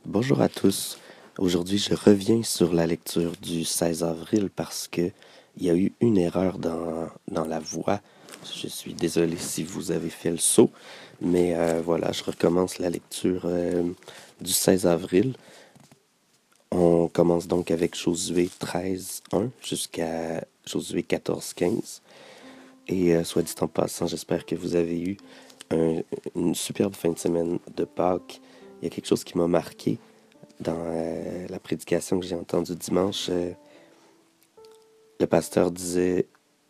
Bonjour à tous. Aujourd'hui, je reviens sur la lecture du 16 avril parce que il y a eu une erreur dans la voix. Je suis désolé si vous avez fait le saut, mais voilà, je recommence la lecture du 16 avril. On commence donc avec Josué 13:1 jusqu'à Josué 14:15. Et soit dit en passant, j'espère que vous avez eu une superbe fin de semaine de Pâques. Il y a quelque chose qui m'a marqué dans la prédication que j'ai entendue dimanche. Le pasteur disait,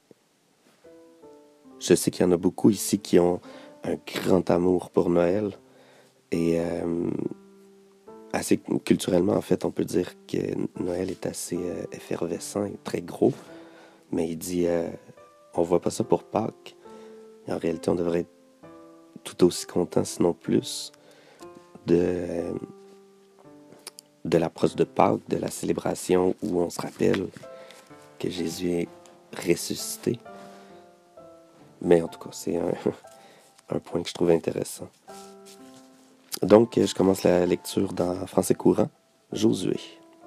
je sais qu'il y en a beaucoup ici qui ont un grand amour pour Noël. Et assez culturellement, en fait, on peut dire que Noël est assez effervescent et très gros. Mais il dit, on voit pas ça pour Pâques. En réalité, on devrait être tout aussi content, sinon plus, de, de l'approche de Pâques, de la célébration où on se rappelle que Jésus est ressuscité. Mais en tout cas, c'est un point que je trouve intéressant. Donc, je commence la lecture dans français courant. Josué.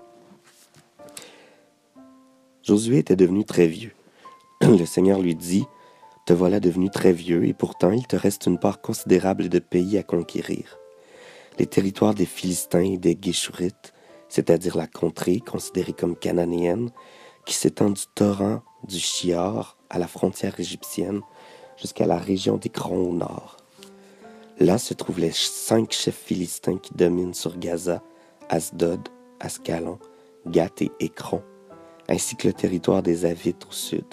Josué était devenu très vieux. Le Seigneur lui dit, « Te voilà devenu très vieux, et pourtant il te reste une part considérable de pays à conquérir. Les territoires des Philistins et des Guéchourites, c'est-à-dire la contrée considérée comme cananéenne, qui s'étend du torrent du Chior à la frontière égyptienne jusqu'à la région d'Écron au nord. Là se trouvent les 5 chefs philistins qui dominent sur Gaza, Asdod, Ascalon, Gath et Écron, ainsi que le territoire des Avites au sud.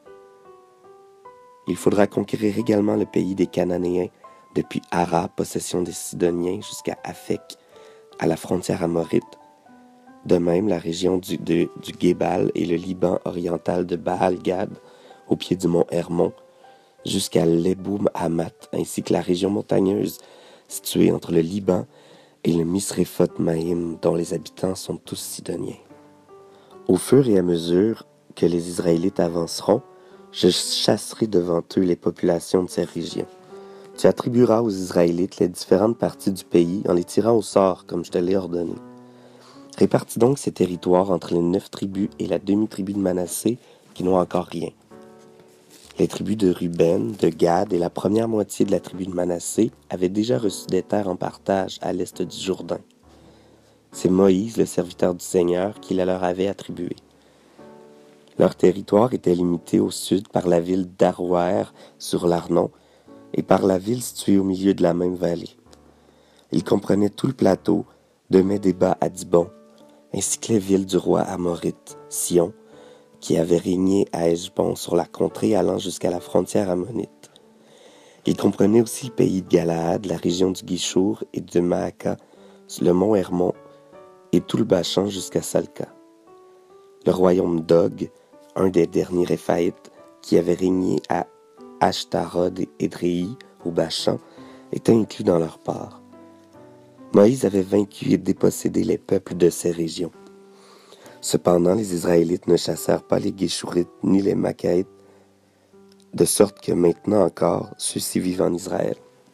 Il faudra conquérir également le pays des Cananéens, depuis Ara, possession des Sidoniens, jusqu'à Aphek, à la frontière amorite. De même, la région du Gébal et le Liban oriental de Baal-Gad, au pied du mont Hermon, jusqu'à Leboum Hamat, ainsi que la région montagneuse située entre le Liban et le Misréphot Maïm, dont les habitants sont tous sidoniens. Au fur et à mesure que les Israélites avanceront, je chasserai devant eux les populations de ces régions. Tu attribueras aux Israélites les différentes parties du pays en les tirant au sort, comme je te l'ai ordonné. Répartis donc ces territoires entre les 9 tribus et la demi-tribu de Manassé, qui n'ont encore rien. Les tribus de Ruben, de Gad et la première moitié de la tribu de Manassé avaient déjà reçu des terres en partage à l'est du Jourdain. C'est Moïse, le serviteur du Seigneur, qui la leur avait attribué. Leur territoire était limité au sud par la ville d'Aroër sur l'Arnon et par la ville située au milieu de la même vallée. Il comprenait tout le plateau, de Médéba à Dibon, ainsi que les villes du roi amorite, Sion, qui avait régné à Heshbon sur la contrée allant jusqu'à la frontière ammonite. Il comprenait aussi le pays de Galaad, la région du Guichour et de Maaka, le mont Hermon, et tout le Bachan jusqu'à Salca. Le royaume d'Og, un des derniers Réphaïtes, qui avait régné à Ashtarod et Édréi, au Bachan, était inclus dans leur part. Moïse avait vaincu et dépossédé les peuples de ces régions. Cependant, les Israélites ne chassèrent pas les Guéchourites ni les Macaïtes, de sorte que maintenant encore, ceux-ci vivent en Israël.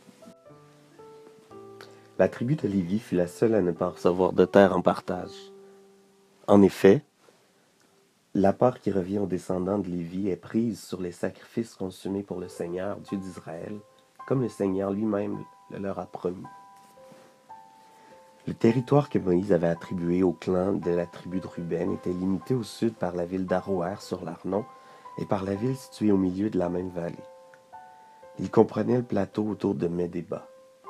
La tribu de Lévi fut la seule à ne pas recevoir de terre en partage. En effet, la part qui revient aux descendants de Lévi est prise sur les sacrifices consumés pour le Seigneur, Dieu d'Israël, comme le Seigneur lui-même le leur a promis. Le territoire que Moïse avait attribué au clan de la tribu de Ruben était limité au sud par la ville d'Aroër sur l'Arnon et par la ville située au milieu de la même vallée. Il comprenait le plateau autour de Médéba.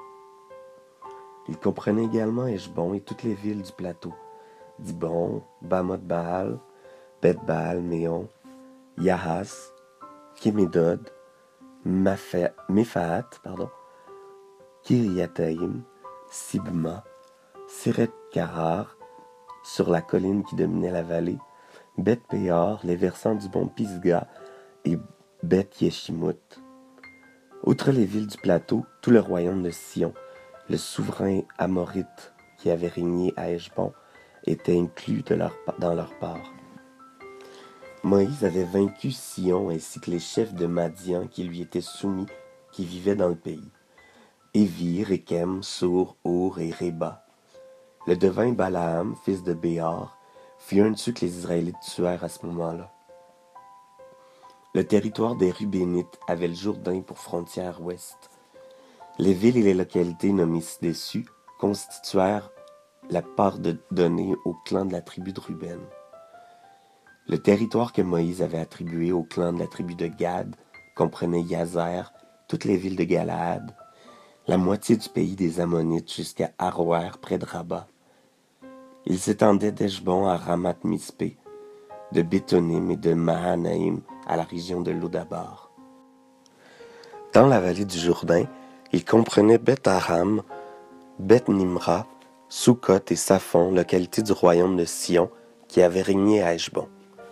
Il comprenait également Heshbon et toutes les villes du plateau, Dibon, Bamoth-Baal, Beth-Baal-Méon, Yahas, Kémédod, Méphaat, Kiriathaïm, Sibma, Séreth-Carar, sur la colline qui dominait la vallée, Beth-Péor, les versants du mont Pisga et Beth-Yeshimout. Outre les villes du plateau, tout le royaume de Sion, le souverain amorite qui avait régné à Heshbon, était inclus dans leur part. Moïse avait vaincu Sion ainsi que les chefs de Madian qui lui étaient soumis, qui vivaient dans le pays. Évi, Rékem, Sour, Our et Réba. Le devin Balaam, fils de Béor, fut un de ceux que les Israélites tuèrent à ce moment-là. Le territoire des Rubénites avait le Jourdain pour frontière ouest. Les villes et les localités nommées ci-dessus constituèrent la part donnée au clan de la tribu de Ruben. Le territoire que Moïse avait attribué au clan de la tribu de Gad comprenait Yazer, toutes les villes de Galaad, la moitié du pays des Ammonites jusqu'à Aroer près de Rabat. Il s'étendait d'Eshbon à Ramath-Mispé, de Bétonim et de Mahanaïm à la région de Lodabar. Dans la vallée du Jourdain, il comprenait Beth-Aram, Beth-Nimra, Soukot et Saphon, localités du royaume de Sion, qui avait régné à Heshbon.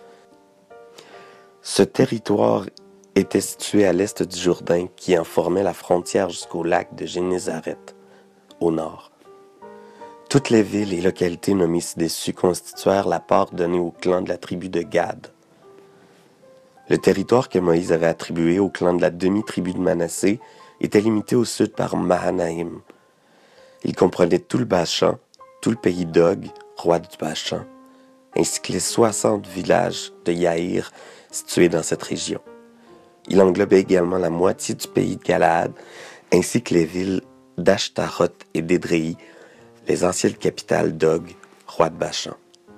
Ce territoire était situé à l'est du Jourdain, qui en formait la frontière jusqu'au lac de Génézareth, au nord. Toutes les villes et localités nommées ci-dessus constituèrent la part donnée au clan de la tribu de Gad. Le territoire que Moïse avait attribué au clan de la demi-tribu de Manassé était limité au sud par Mahanaïm. Il comprenait tout le Bashan, tout le pays d'Og, roi du Bashan, ainsi que les 60 villages de Yaïr situés dans cette région. Il englobait également la moitié du pays de Galaad, ainsi que les villes d'Ashtaroth et d'Édréi, les anciennes capitales d'Og, roi de Bashan.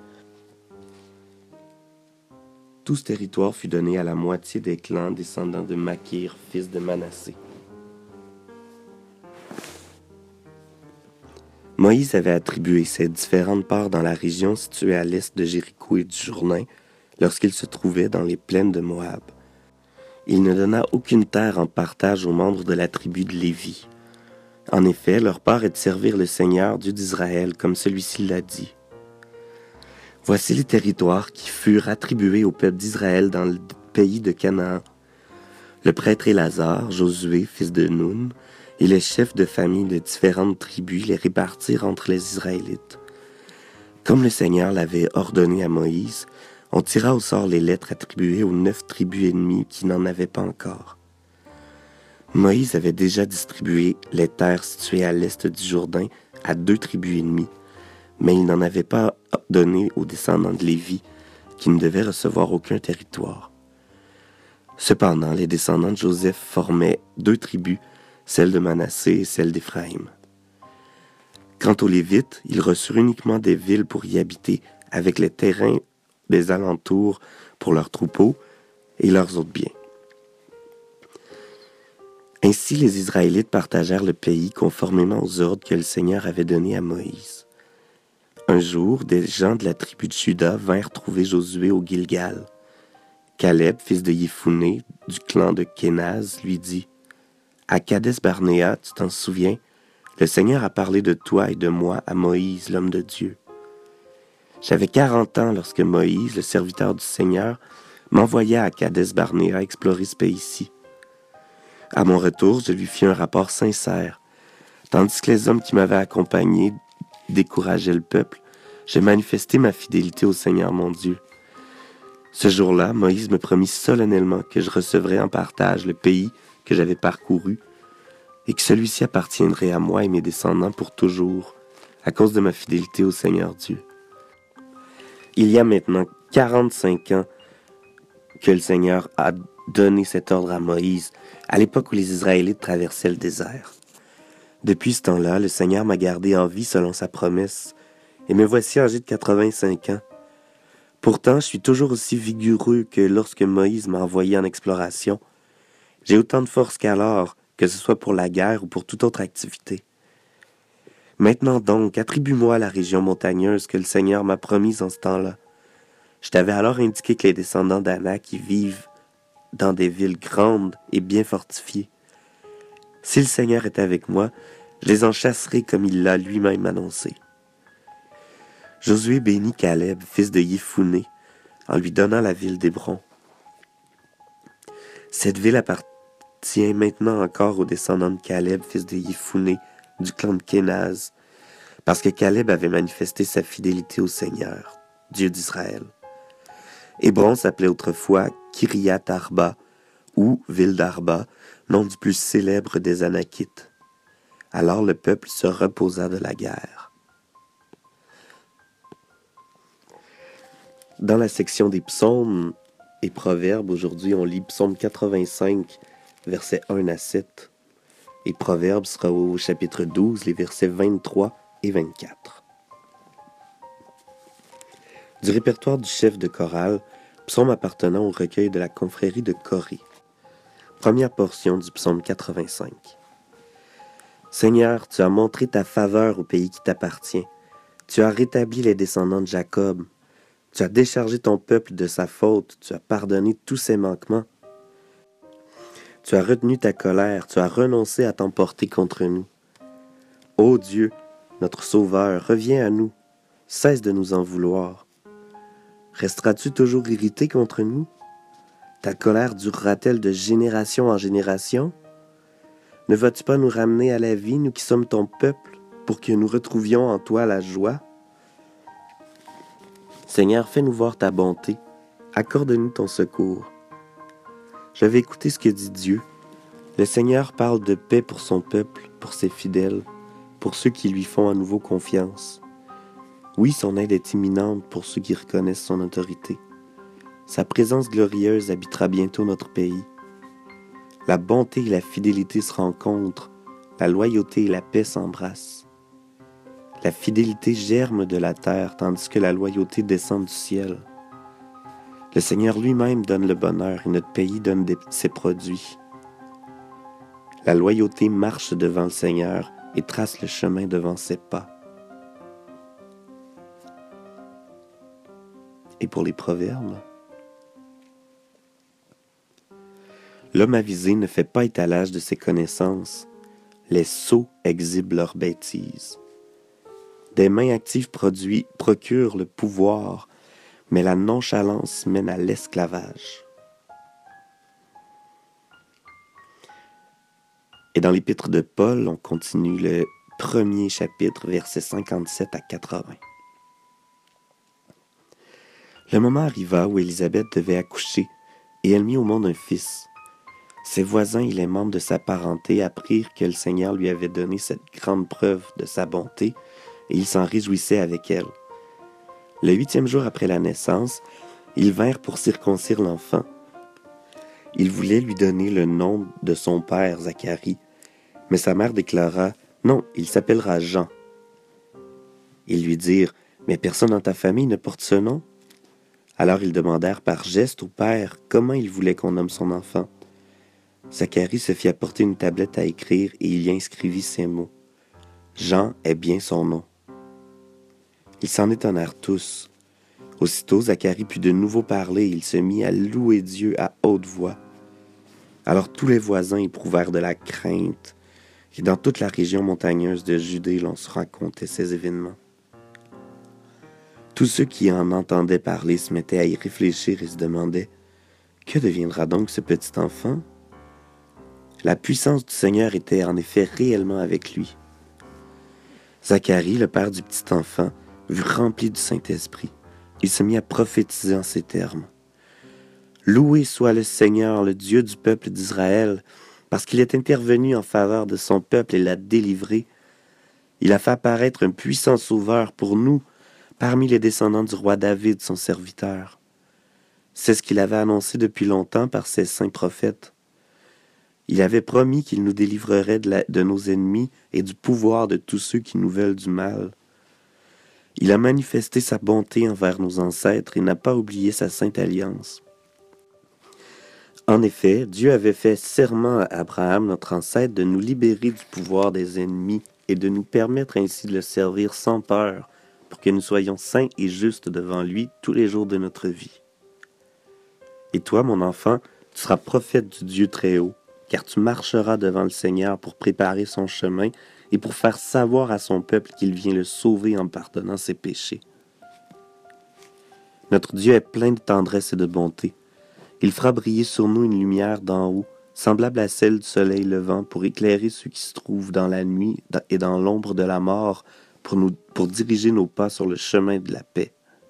Tout ce territoire fut donné à la moitié des clans descendants de Makir, fils de Manassé. Moïse avait attribué ces différentes parts dans la région située à l'est de Jéricho et du Jourdain, lorsqu'il se trouvait dans les plaines de Moab. Il ne donna aucune terre en partage aux membres de la tribu de Lévi. En effet, leur part est de servir le Seigneur, Dieu d'Israël, comme celui-ci l'a dit. Voici les territoires qui furent attribués au peuple d'Israël dans le pays de Canaan. Le prêtre Élazar, Josué, fils de Nun, et les chefs de famille de différentes tribus les répartirent entre les Israélites. Comme le Seigneur l'avait ordonné à Moïse, on tira au sort les lettres attribuées aux 9 tribus ennemies qui n'en avaient pas encore. Moïse avait déjà distribué les terres situées à l'est du Jourdain à 2 tribus ennemies, mais il n'en avait pas donné aux descendants de Lévi, qui ne devaient recevoir aucun territoire. Cependant, les descendants de Joseph formaient 2 tribus, celle de Manassé et celle d'Éphraïm. Quant aux Lévites, ils reçurent uniquement des villes pour y habiter, avec les terrains des alentours pour leurs troupeaux et leurs autres biens. Ainsi, les Israélites partagèrent le pays conformément aux ordres que le Seigneur avait donnés à Moïse. Un jour, des gens de la tribu de Juda vinrent trouver Josué au Gilgal. Caleb, fils de Yéphuné, du clan de Kénaz, lui dit « À Kadès-Barnéa, tu t'en souviens, le Seigneur a parlé de toi et de moi à Moïse, l'homme de Dieu. J'avais 40 ans lorsque Moïse, le serviteur du Seigneur, m'envoya à Kadès-Barnéa explorer ce pays-ci. À mon retour, je lui fis un rapport sincère. Tandis que les hommes qui m'avaient accompagné décourageaient le peuple, j'ai manifesté ma fidélité au Seigneur mon Dieu. Ce jour-là, Moïse me promit solennellement que je recevrais en partage le pays que j'avais parcouru et que celui-ci appartiendrait à moi et mes descendants pour toujours, à cause de ma fidélité au Seigneur Dieu. Il y a maintenant 45 ans que le Seigneur a donné cet ordre à Moïse, à l'époque où les Israélites traversaient le désert. Depuis ce temps-là, le Seigneur m'a gardé en vie selon sa promesse, et me voici âgé de 85 ans. Pourtant, je suis toujours aussi vigoureux que lorsque Moïse m'a envoyé en exploration. J'ai autant de force qu'alors, que ce soit pour la guerre ou pour toute autre activité. Maintenant donc, attribue-moi la région montagneuse que le Seigneur m'a promise en ce temps-là. Je t'avais alors indiqué que les descendants d'Anak y vivent dans des villes grandes et bien fortifiées. Si le Seigneur est avec moi, je les en chasserai comme il l'a lui-même annoncé. » Josué bénit Caleb, fils de Yéphuné, en lui donnant la ville d'Hébron. Cette ville appartient maintenant encore aux descendants de Caleb, fils de Yéphuné, du clan de Kénaz, parce que Caleb avait manifesté sa fidélité au Seigneur, Dieu d'Israël. Hébron s'appelait autrefois Kiriath Arba, ou ville d'Arba, nom du plus célèbre des Anakites. Alors le peuple se reposa de la guerre. Dans la section des psaumes et proverbes, aujourd'hui, on lit psaume 85, versets 1 à 7. Et proverbes sera au chapitre 12, les versets 23 et 24. Du répertoire du chef de chorale, psaume appartenant au recueil de la confrérie de Corée. Première portion du psaume 85. Seigneur, tu as montré ta faveur au pays qui t'appartient. Tu as rétabli les descendants de Jacob. Tu as déchargé ton peuple de sa faute. Tu as pardonné tous ses manquements. Tu as retenu ta colère. Tu as renoncé à t'emporter contre nous. Ô Dieu, notre Sauveur, reviens à nous. Cesse de nous en vouloir. Resteras-tu toujours irrité contre nous? Ta colère durera-t-elle de génération en génération? Ne vas-tu pas nous ramener à la vie, nous qui sommes ton peuple, pour que nous retrouvions en toi la joie? Seigneur, fais-nous voir ta bonté. Accorde-nous ton secours. Je vais écouter ce que dit Dieu. Le Seigneur parle de paix pour son peuple, pour ses fidèles, pour ceux qui lui font à nouveau confiance. Oui, son aide est imminente pour ceux qui reconnaissent son autorité. Sa présence glorieuse habitera bientôt notre pays. La bonté et la fidélité se rencontrent, la loyauté et la paix s'embrassent. La fidélité germe de la terre, tandis que la loyauté descend du ciel. Le Seigneur lui-même donne le bonheur et notre pays donne ses produits. La loyauté marche devant le Seigneur et trace le chemin devant ses pas. Et pour les proverbes, l'homme avisé ne fait pas étalage de ses connaissances. Les sots exhibent leurs bêtises. Des mains actives procurent le pouvoir, mais la nonchalance mène à l'esclavage. Et dans l'épître de Paul, on continue le premier chapitre, versets 57 à 80. Le moment arriva où Élisabeth devait accoucher, et elle mit au monde un fils. Ses voisins et les membres de sa parenté apprirent que le Seigneur lui avait donné cette grande preuve de sa bonté, et ils s'en réjouissaient avec elle. Le 8e jour après la naissance, ils vinrent pour circoncire l'enfant. Ils voulaient lui donner le nom de son père, Zacharie, mais sa mère déclara « Non, il s'appellera Jean ». Ils lui dirent « Mais personne dans ta famille ne porte ce nom ?» Alors ils demandèrent par geste au père comment il voulait qu'on nomme son enfant. Zacharie se fit apporter une tablette à écrire et il y inscrivit ces mots. Jean est bien son nom. Ils s'en étonnèrent tous. Aussitôt, Zacharie put de nouveau parler et il se mit à louer Dieu à haute voix. Alors tous les voisins éprouvèrent de la crainte, et dans toute la région montagneuse de Judée, l'on se racontait ces événements. Tous ceux qui en entendaient parler se mettaient à y réfléchir et se demandaient « Que deviendra donc ce petit enfant ?» La puissance du Seigneur était en effet réellement avec lui. Zacharie, le père du petit enfant, fut rempli du Saint-Esprit. Il se mit à prophétiser en ces termes. « Loué soit le Seigneur, le Dieu du peuple d'Israël, parce qu'il est intervenu en faveur de son peuple et l'a délivré. Il a fait apparaître un puissant sauveur pour nous, parmi les descendants du roi David, son serviteur. C'est ce qu'il avait annoncé depuis longtemps par ses saints prophètes. Il avait promis qu'il nous délivrerait de nos ennemis et du pouvoir de tous ceux qui nous veulent du mal. Il a manifesté sa bonté envers nos ancêtres et n'a pas oublié sa sainte alliance. En effet, Dieu avait fait serment à Abraham, notre ancêtre, de nous libérer du pouvoir des ennemis et de nous permettre ainsi de le servir sans peur, pour que nous soyons saints et justes devant lui tous les jours de notre vie. Et toi, mon enfant, tu seras prophète du Dieu très haut, car tu marcheras devant le Seigneur pour préparer son chemin et pour faire savoir à son peuple qu'il vient le sauver en pardonnant ses péchés. Notre Dieu est plein de tendresse et de bonté. Il fera briller sur nous une lumière d'en haut, semblable à celle du soleil levant, pour éclairer ceux qui se trouvent dans la nuit et dans l'ombre de la mort, pour diriger nos pas sur le chemin de la paix.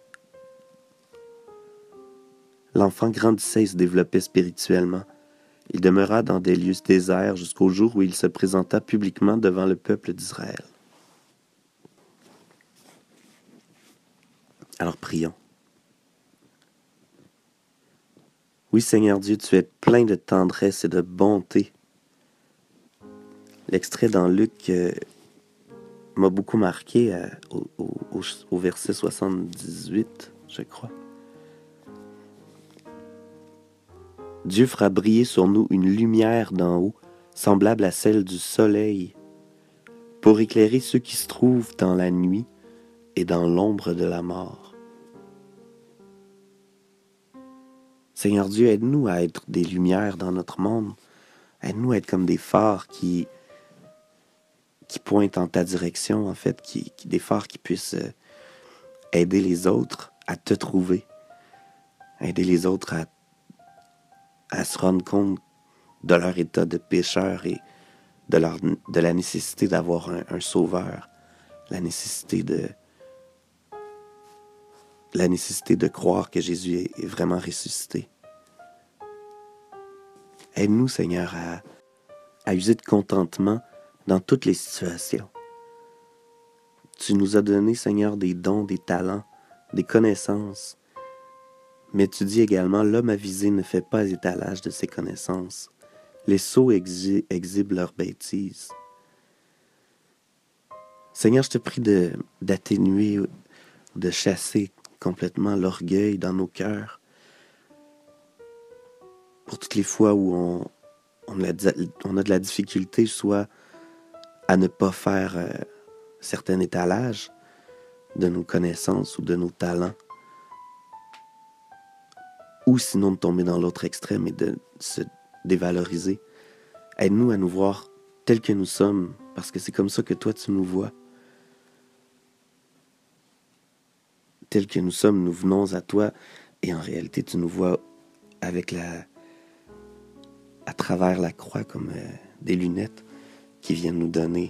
L'enfant grandissait et se développait spirituellement. Il demeura dans des lieux déserts jusqu'au jour où il se présenta publiquement devant le peuple d'Israël. Alors prions. Oui, Seigneur Dieu, tu es plein de tendresse et de bonté. L'extrait dans Luc m'a beaucoup marqué au verset 78, je crois. Dieu fera briller sur nous une lumière d'en haut, semblable à celle du soleil, pour éclairer ceux qui se trouvent dans la nuit et dans l'ombre de la mort. Seigneur Dieu, aide-nous à être des lumières dans notre monde. Aide-nous à être comme des phares qui pointent en ta direction, en fait, des phares qui puissent aider les autres à te trouver, aider les autres à se rendre compte de leur état de pécheur et de la nécessité d'avoir un sauveur, la nécessité de croire que Jésus est vraiment ressuscité. Aide-nous, Seigneur, à user de contentement dans toutes les situations. Tu nous as donné, Seigneur, des dons, des talents, des connaissances. Mais tu dis également, l'homme avisé ne fait pas étalage de ses connaissances. Les sots exhibent leurs bêtises. Seigneur, je te prie d'atténuer, de chasser complètement l'orgueil dans nos cœurs. Pour toutes les fois où on a de la difficulté, soit à ne pas faire certain étalage de nos connaissances ou de nos talents, ou sinon de tomber dans l'autre extrême et de se dévaloriser. Aide-nous à nous voir tels que nous sommes, parce que c'est comme ça que toi tu nous vois. Tels que nous sommes, nous venons à toi, et en réalité tu nous vois avec à travers la croix comme des lunettes qui viennent nous donner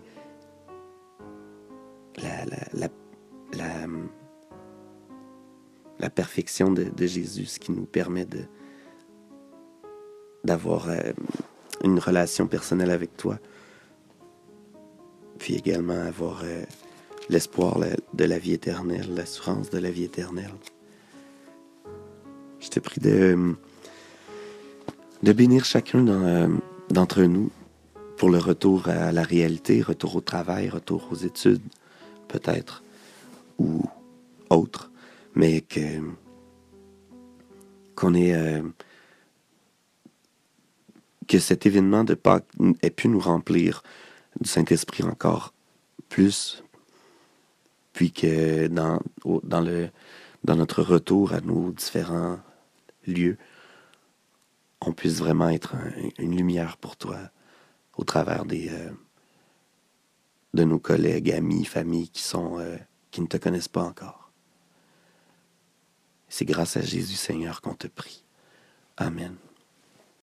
la perfection de Jésus, ce qui nous permet d'avoir une relation personnelle avec toi, puis également avoir l'espoir de la vie éternelle, l'assurance de la vie éternelle. Je te prie de bénir chacun d'entre nous pour le retour à la réalité, retour au travail, retour aux études, peut-être, ou autre, mais qu'on ait que cet événement de Pâques ait pu nous remplir du Saint-Esprit encore plus, puis que dans notre retour à nos différents lieux, on puisse vraiment être une lumière pour toi au travers de nos collègues, amis, familles qui ne te connaissent pas encore. C'est grâce à Jésus, Seigneur, qu'on te prie. Amen.